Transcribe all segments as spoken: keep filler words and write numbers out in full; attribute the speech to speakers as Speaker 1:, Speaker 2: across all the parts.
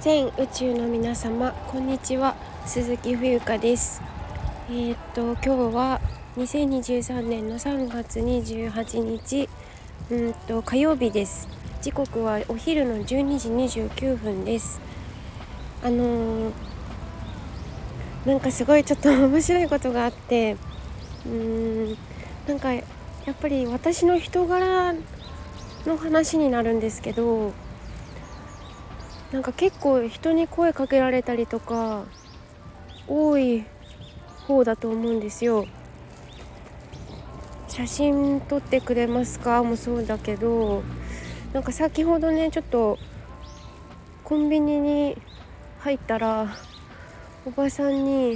Speaker 1: 全宇宙の皆様こんにちは、鈴木冬香です。えー、っと今日はにせんにじゅうさんねんのさんがつにじゅうはちにちうんと火曜日です。時刻はお昼のじゅうにじにじゅうきゅうふんです。あのー、なんかすごいちょっと面白いことがあって、うーんなんかやっぱり私の人柄の話になるんですけど、なんか結構人に声かけられたりとか多い方だと思うんですよ。写真撮ってくれますかもそうだけど、なんか先ほどねちょっとコンビニに入ったらおばさんに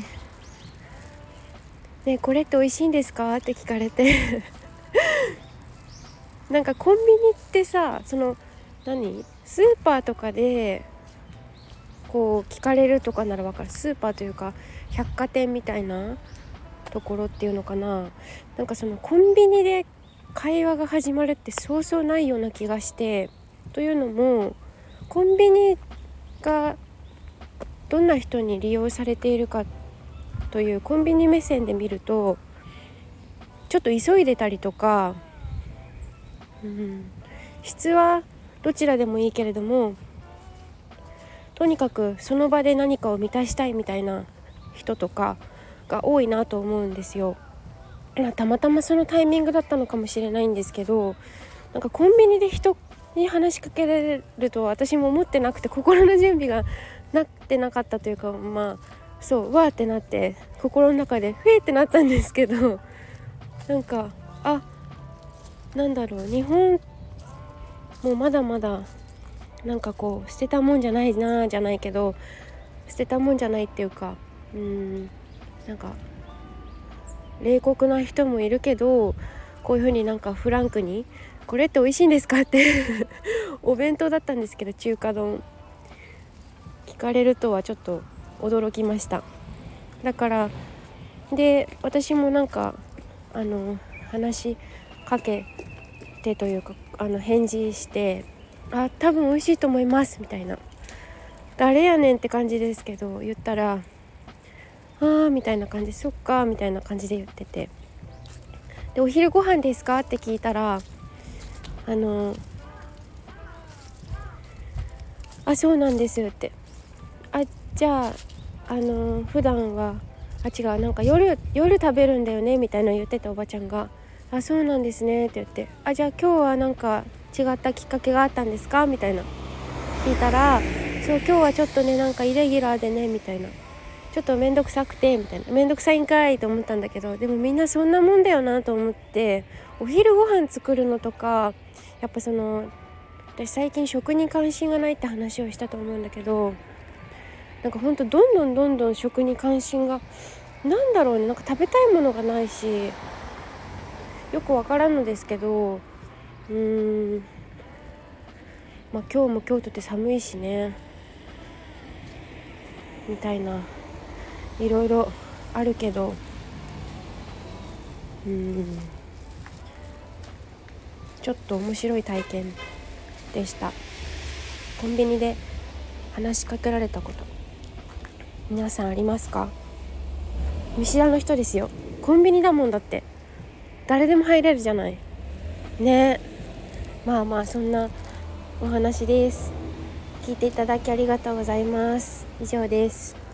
Speaker 1: ねこれって美味しいんですかって聞かれてなんかコンビニってさ、その何スーパーとかでこう聞かれるとかならわかる。スーパーというか百貨店みたいなところっていうのかな。なんかそのコンビニで会話が始まるってそうそうないような気がして、というのもコンビニがどんな人に利用されているかというコンビニ目線で見ると、ちょっと急いでたりとか、うん、質はどちらでもいいけれどもとにかくその場で何かを満たしたいみたいな人とかが多いなと思うんですよ。まあ、たまたまそのタイミングだったのかもしれないんですけど、なんかコンビニで人に話しかけられると私も思ってなくて、心の準備がなってなかったというか、まあそうわーってなって心の中でフェーってなったんですけど、なんかあなんだろう、日本もまだまだなんかこう捨てたもんじゃないなじゃないけど、捨てたもんじゃないっていうか、うーんなんか冷酷な人もいるけど、こういう風になんかフランクにこれって美味しいんですかってお弁当だったんですけど、中華丼聞かれるとはちょっと驚きました。だからで私もなんかあの話しかけてというかあの返事して、あ多分美味しいと思いますみたいな、誰やねんって感じですけど言ったら、あーみたいな感じ、そっかみたいな感じで言ってて、でお昼ご飯ですかって聞いたら、あのあそうなんですって、あじゃああの普段はあ違うなんか夜夜食べるんだよねみたいな言ってたおばちゃんが、あそうなんですねって言って、あじゃあ今日はなんか違ったきっかけがあったんですかみたいな聞いたら、そう今日はちょっとねなんかイレギュラーでねみたいな、ちょっとめんどくさくてみたいな、めんどくさいんかいと思ったんだけど、でもみんなそんなもんだよなと思って、お昼ご飯作るのとかやっぱその私最近食に関心がないって話をしたと思うんだけど、なんかほんとどんどんどんどん食に関心がなんだろうね、なんか食べたいものがないし、よくわからんのですけど、うーんまあ今日も京都って寒いしねみたいな、いろいろあるけど、うーんちょっと面白い体験でした。コンビニで話しかけられたこと皆さんありますか？見知らぬ人ですよ。コンビニだもん、だって誰でも入れるじゃないね。まあまあそんなお話です。聞いていただきありがとうございます。以上です。